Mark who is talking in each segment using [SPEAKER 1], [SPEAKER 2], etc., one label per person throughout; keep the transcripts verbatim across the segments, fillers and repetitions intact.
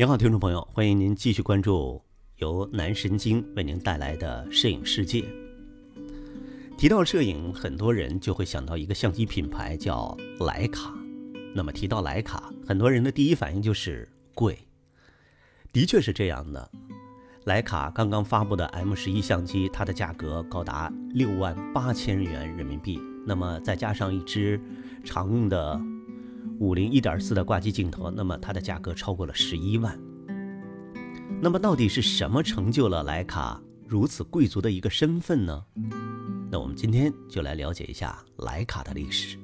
[SPEAKER 1] 您好，听众朋友，欢迎您继续关注由南神经为您带来的摄影世界。提到摄影，很多人就会想到一个相机品牌叫徕卡。那么提到徕卡，很多人的第一反应就是贵。的确是这样的，徕卡刚刚发布的 M 十一 相机，它的价格高达六万八千元人民币，那么再加上一支常用的五零 一点四 的挂机镜头，那么它的价格超过了十一万。那么到底是什么成就了徕卡如此贵族的一个身份呢？那我们今天就来了解一下徕卡的历史。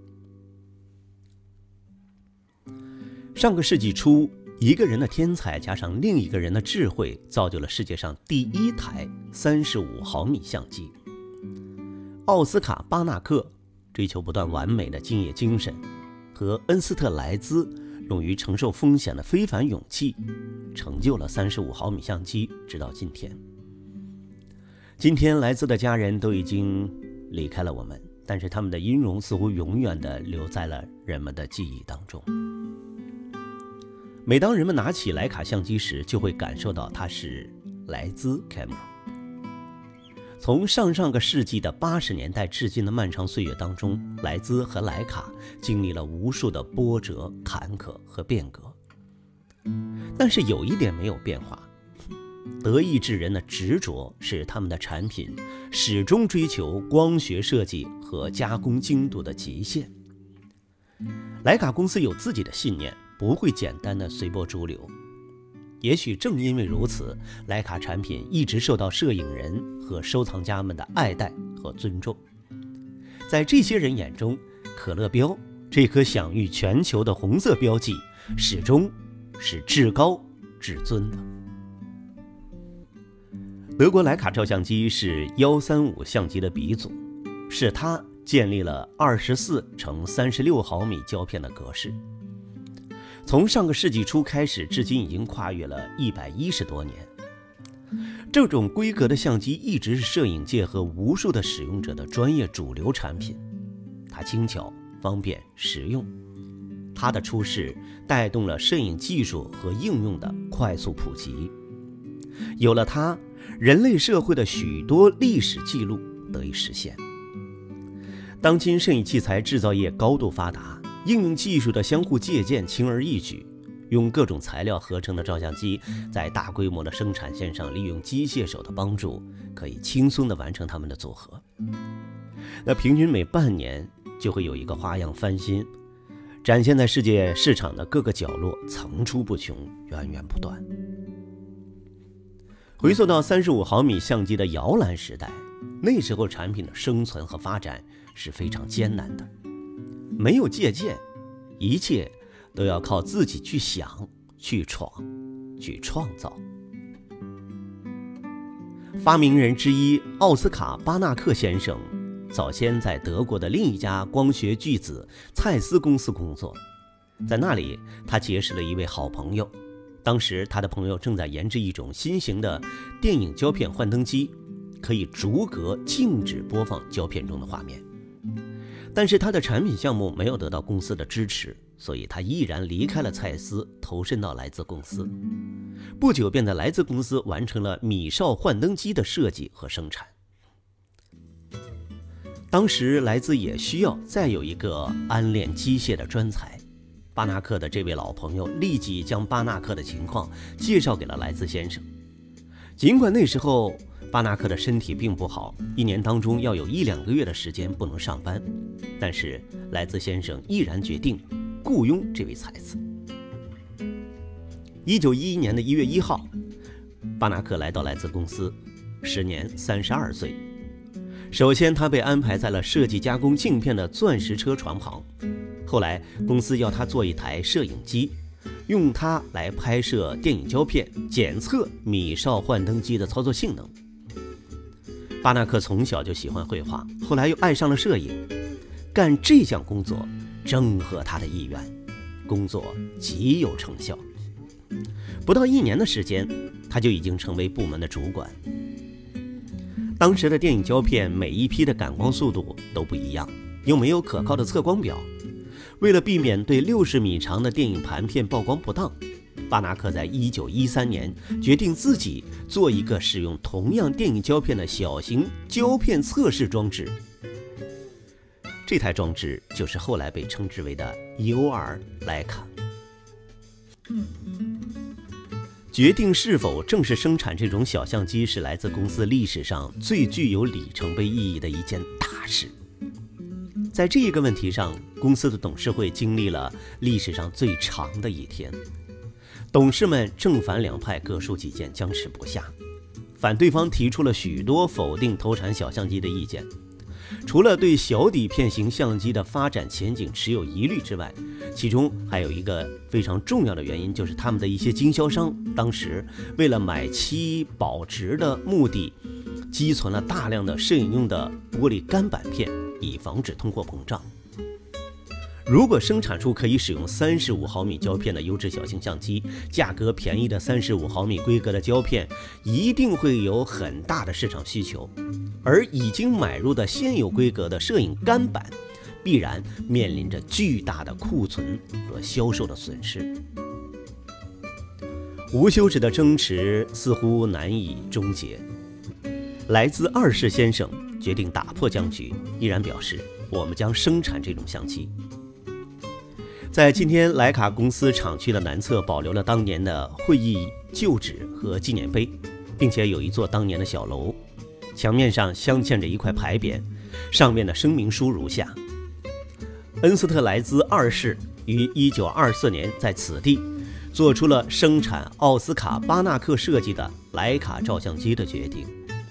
[SPEAKER 1] 上个世纪初，一个人的天才加上另一个人的智慧，造就了世界上第一台三十五毫米相机。奥斯卡·巴纳克追求不断完美的敬业精神，和恩斯特·莱兹勇于承受风险的非凡勇气，成就了三十五毫米相机，直到今天。今天莱兹的家人都已经离开了我们，但是他们的音容似乎永远地留在了人们的记忆当中。每当人们拿起徕卡相机时，就会感受到它是莱兹 camera。从上上个世纪的八十年代至今的漫长岁月当中，莱兹和徕卡经历了无数的波折、坎坷和变革。但是有一点没有变化，德意志人的执着使他们的产品始终追求光学设计和加工精度的极限。徕卡公司有自己的信念，不会简单的随波逐流。也许正因为如此，徕卡产品一直受到摄影人和收藏家们的爱戴和尊重。在这些人眼中，可乐标这颗享誉全球的红色标记始终是至高至尊的。德国徕卡照相机是一三五相机的鼻祖，是它建立了二十四乘三十六毫米胶片的格式。从上个世纪初开始，至今已经跨越了一百一十多年。这种规格的相机一直是摄影界和无数的使用者的专业主流产品。它轻巧、方便、实用。它的出世带动了摄影技术和应用的快速普及。有了它，人类社会的许多历史记录得以实现。当今摄影器材制造业高度发达，应用技术的相互借鉴轻而易举，用各种材料合成的照相机在大规模的生产线上利用机械手的帮助，可以轻松地完成它们的组合。那平均每半年就会有一个花样翻新，展现在世界市场的各个角落，层出不穷，源源不断。回溯到三十五毫米相机的摇篮时代，那时候产品的生存和发展是非常艰难的，没有借鉴，一切都要靠自己去想、去闯、去创造。发明人之一奥斯卡·巴纳克先生早先在德国的另一家光学巨子蔡司公司工作，在那里他结识了一位好朋友。当时他的朋友正在研制一种新型的电影胶片幻灯机，可以逐格静止播放胶片中的画面。但是他的产品项目没有得到公司的支持，所以他毅然离开了蔡司，投身到莱兹公司。不久便在莱兹公司完成了米少幻灯机的设计和生产。当时莱兹也需要再有一个安练机械的专才，巴纳克的这位老朋友立即将巴纳克的情况介绍给了莱兹先生。尽管那时候巴纳克的身体并不好，一年当中要有一两个月的时间不能上班，但是莱兹先生毅然决定雇佣这位才子。一九一一年的一月一号，巴纳克来到莱兹公司，时年三十二岁。首先他被安排在了设计加工镜片的钻石车床旁，后来公司要他做一台摄影机，用它来拍摄电影胶片，检测米少幻灯机的操作性能。巴纳克从小就喜欢绘画，后来又爱上了摄影，干这项工作正合他的意愿，工作极有成效。不到一年的时间，他就已经成为部门的主管。当时的电影胶片每一批的感光速度都不一样，又没有可靠的测光表，为了避免对六十米长的电影盘片曝光不当， 巴纳克在一九一三年决定自己做一个使用同样电影胶片的小型胶片测试装置。这台装置就是后来被称之为的 U 二 徕卡。决定是否正式生产这种小相机，是来自公司历史上最具有里程碑意义的一件大事。在这一个问题上，公司的董事会经历了历史上最长的一天。董事们正反两派各抒己见，僵持不下。反对方提出了许多否定投产小相机的意见，除了对小底片型相机的发展前景持有疑虑之外，其中还有一个非常重要的原因，就是他们的一些经销商当时为了买期保值的目的，积存了大量的摄影用的玻璃干板片，以防止通货膨胀。如果生产出可以使用三十五毫米胶片的优质小型相机，价格便宜的三十五毫米规格的胶片一定会有很大的市场需求，而已经买入的现有规格的摄影干板必然面临着巨大的库存和销售的损失。无休止的争持似乎难以终结。莱兹二世先生决定打破僵局，毅然表示，我们将生产这种相机。在今天徕卡公司厂区的南侧保留了当年的会议旧址和纪念碑，并且有一座当年的小楼，墙面上镶嵌着一块牌匾，上面的声明书如下：恩斯特莱兹二世于一九二四年在此地做出了生产奥斯卡巴纳克设计的徕卡照相机的决定。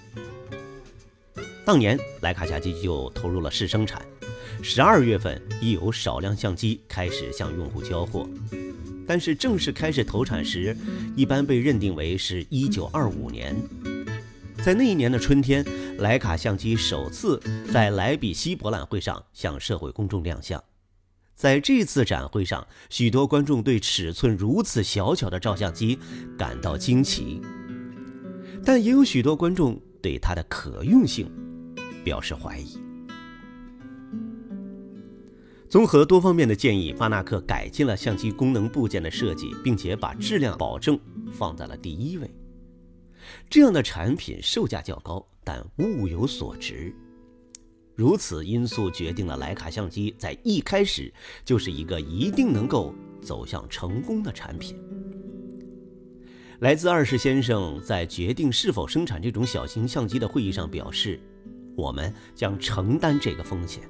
[SPEAKER 1] 当年徕卡相机就投入了试生产，十二月份已有少量相机开始向用户交货，但是正式开始投产时，一般被认定为是一九二五年。在那一年的春天，徕卡相机首次在莱比锡博览会上向社会公众亮相。在这次展会上，许多观众对尺寸如此小巧的照相机感到惊奇，但也有许多观众对它的可用性表示怀疑。综合多方面的建议，巴纳克改进了相机功能部件的设计，并且把质量保证放在了第一位。这样的产品售价较高，但物有所值。如此因素决定了徕卡相机在一开始就是一个一定能够走向成功的产品。莱兹二世先生在决定是否生产这种小型相机的会议上表示，我们将承担这个风险。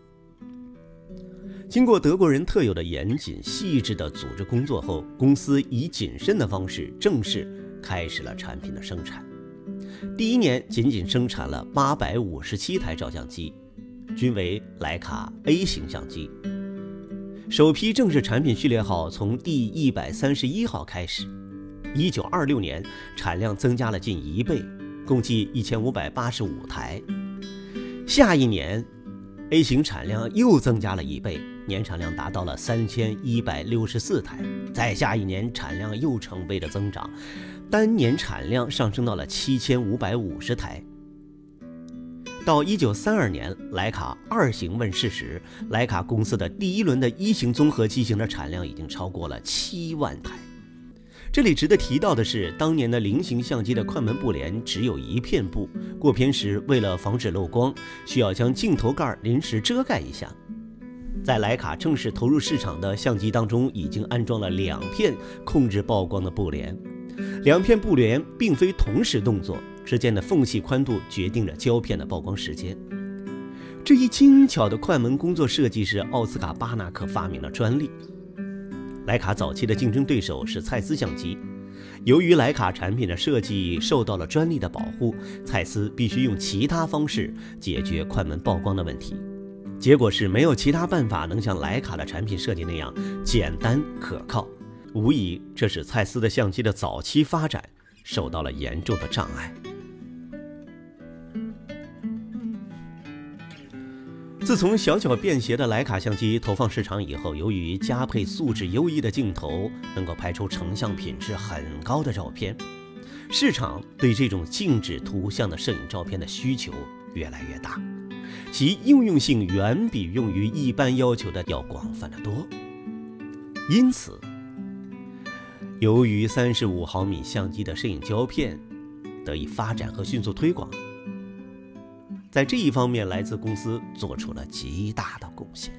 [SPEAKER 1] 经过德国人特有的严谨细致的组织工作后，公司以谨慎的方式正式开始了产品的生产。第一年仅仅生产了八百五十七台照相机，均为徕卡 A 型相机。首批正式产品序列号从第一百三十一号开始。一九二六年产量增加了近一倍，共计一千五百八十五台。下一年 A 型产量又增加了一倍，年产量达到了三千一百六十四台。再下一年产量又成倍的增长，单年产量上升到了七千五百五十台。到一九三二年徕卡二型问世时，徕卡公司的第一轮的一型综合机型的产量已经超过了七万台。这里值得提到的是，当年的菱形相机的快门布帘只有一片布，过片时为了防止漏光，需要将镜头盖临时遮盖一下。在徕卡正式投入市场的相机当中，已经安装了两片控制曝光的布帘。两片布帘并非同时动作，之间的缝隙宽度决定着胶片的曝光时间。这一精巧的快门工作设计是奥斯卡巴纳克发明的专利。徕卡早期的竞争对手是蔡司相机，由于徕卡产品的设计受到了专利的保护，蔡司必须用其他方式解决快门曝光的问题。结果是没有其他办法能像徕卡的产品设计那样简单可靠，无疑这使蔡司的相机的早期发展受到了严重的障碍。自从小巧便携的徕卡相机投放市场以后，由于加配素质优异的镜头能够拍出成像品质很高的照片，市场对这种静止图像的摄影照片的需求越来越大，其应用性远比用于一般要求的要广泛得多。因此由于三十五毫米相机的摄影胶片得以发展和迅速推广，在这一方面莱兹公司做出了极大的贡献。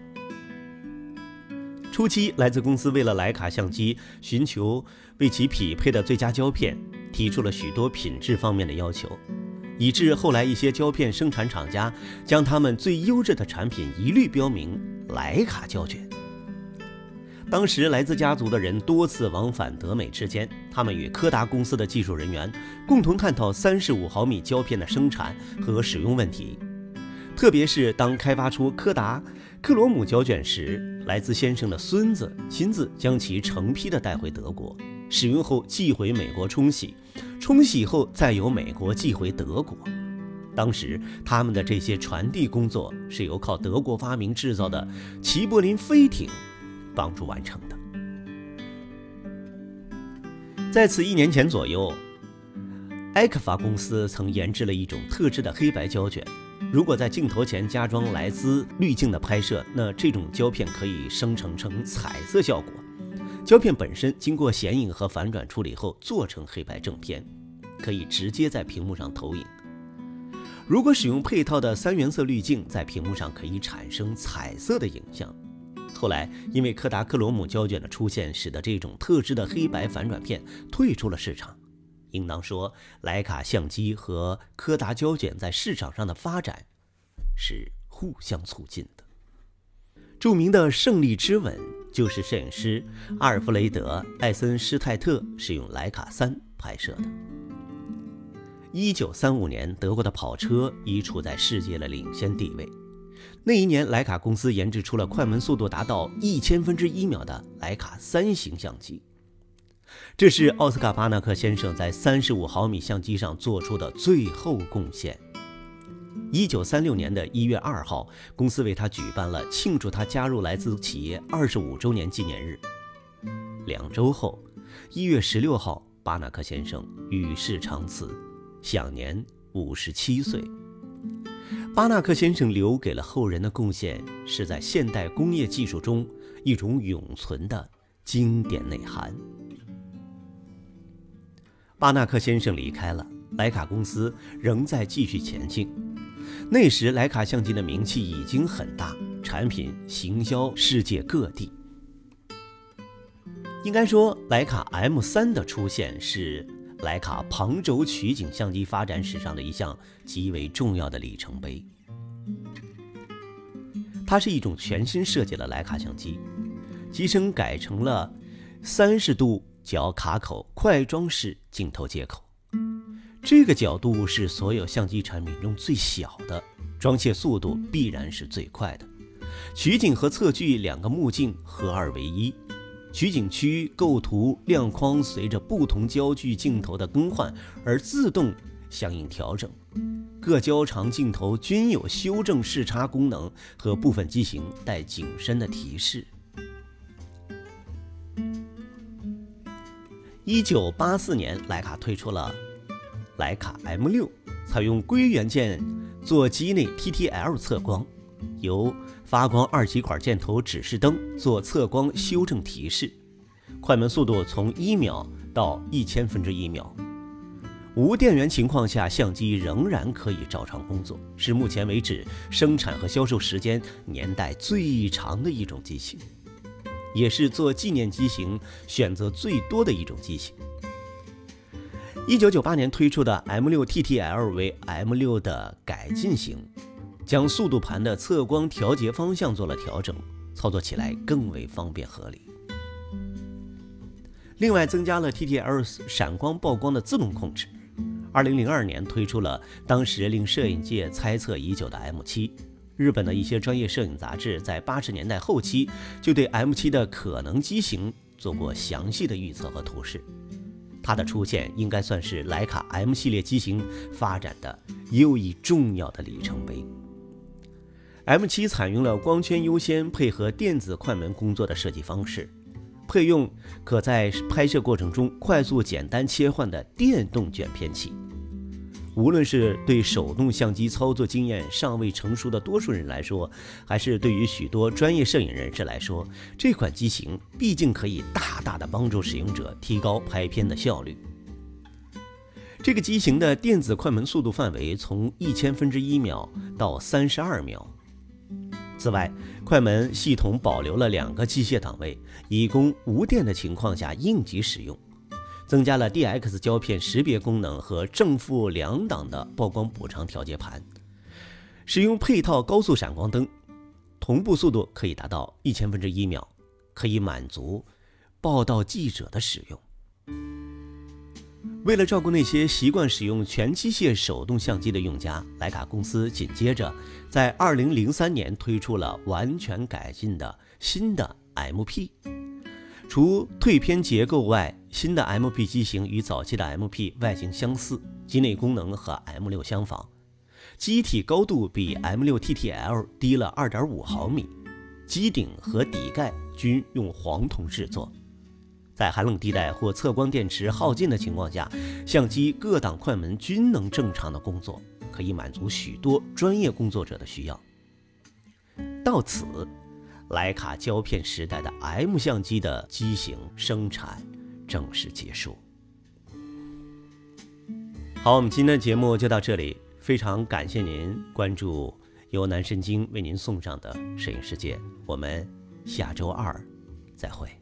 [SPEAKER 1] 初期，莱兹公司为了徕卡相机寻求为其匹配的最佳胶片，提出了许多品质方面的要求，以致后来一些胶片生产厂家将他们最优质的产品一律标明徕卡胶卷。当时莱兹家族的人多次往返德美之间，他们与柯达公司的技术人员共同探讨三十五毫米胶片的生产和使用问题。特别是当开发出柯达克罗姆胶卷时，莱兹先生的孙子亲自将其成批的带回德国，使用后寄回美国冲洗，冲洗后再由美国寄回德国。当时他们的这些传递工作是由靠德国发明制造的齐柏林飞艇帮助完成的。在此一年前左右，埃克法公司曾研制了一种特制的黑白胶卷，如果在镜头前加装莱兹滤镜的拍摄，那这种胶片可以生成成彩色效果。胶片本身经过显影和反转处理后做成黑白正片，可以直接在屏幕上投影。如果使用配套的三原色滤镜，在屏幕上可以产生彩色的影像。后来因为柯达克罗姆胶卷的出现，使得这种特制的黑白反转片退出了市场。应当说，徕卡相机和柯达胶卷在市场上的发展是互相促进的。著名的胜利之吻就是摄影师阿尔弗雷德·艾森施泰特使用徕卡三拍摄的。一九三五年，德国的跑车已处在世界的领先地位。那一年，徕卡公司研制出了快门速度达到一千分之一秒的徕卡三型相机。这是奥斯卡·巴纳克先生在三十五毫米相机上做出的最后贡献。一九三六年的一月二号，公司为他举办了庆祝他加入莱兹企业二十五周年纪念日。两周后，一月十六号，巴纳克先生与世长辞，享年五十七岁。巴纳克先生留给了后人的贡献，是在现代工业技术中一种永存的经典内涵。巴纳克先生离开了，徕卡公司仍在继续前进。那时徕卡相机的名气已经很大，产品行销世界各地。应该说，徕卡 M 三 的出现是徕卡旁轴取景相机发展史上的一项极为重要的里程碑。它是一种全新设计的徕卡相机，机身改成了三十度角卡口快装式镜头接口。这个角度是所有相机产品中最小的，装卸速度必然是最快的。取景和测距两个目镜合二为一，取景区构图亮框随着不同焦距镜头的更换而自动相应调整，各焦长镜头均有修正视差功能和部分机型带景深的提示。一九八四年，徕卡推出了徕卡 M 六， 采用硅元件做机内 T T L 测光，由发光二极管箭头指示灯做测光修正提示，快门速度从一秒到一千分之一秒。无电源情况下，相机仍然可以照常工作，是目前为止生产和销售时间年代最长的一种机型，也是做纪念机型选择最多的一种机型。一九九八年推出的 M 六 T T L 为 M 六 的改进型，将速度盘的测光调节方向做了调整，操作起来更为方便合理。另外增加了 T T L 闪光曝光的自动控制。二零零二年推出了当时令摄影界猜测已久的 M 七。日本的一些专业摄影杂志在八十年代后期就对 M 七 的可能机型做过详细的预测和图示。它的出现应该算是徕卡 M 系列机型发展的又一重要的里程碑。M 七 采用了光圈优先配合电子快门工作的设计方式，配用可在拍摄过程中快速简单切换的电动卷片器。 无论是对手动相机操作经验尚未成熟的多数人来说，还是对于许多专业摄影人士来说，这款机型毕竟可以大大的帮助使用者提高拍片的效率。这个机型的电子快门速度范围从一千分之一秒到三十二秒。此外，快门系统保留了两个机械档位，以供无电的情况下应急使用，增加了 D X 胶片识别功能和正负两档的曝光补偿调节盘，使用配套高速闪光灯，同步速度可以达到一千分之一秒，可以满足报道记者的使用。为了照顾那些习惯使用全机械手动相机的用家，徕卡公司紧接着在二零零三年推出了完全改进的新的 M P。 除退片结构外，新的 M P 机型与早期的 M P 外形相似，机内功能和 M 六 相仿，机体高度比 M 六 T T L 低了 二点五毫米，机顶和底盖均用黄铜制作。在寒冷地带或测光电池耗尽的情况下，相机各档快门均能正常的工作，可以满足许多专业工作者的需要。到此，徕卡胶片时代的 M 相机的机型生产正式结束。好，我们今天的节目就到这里，非常感谢您关注由南神经为您送上的摄影世界，我们下周二再会。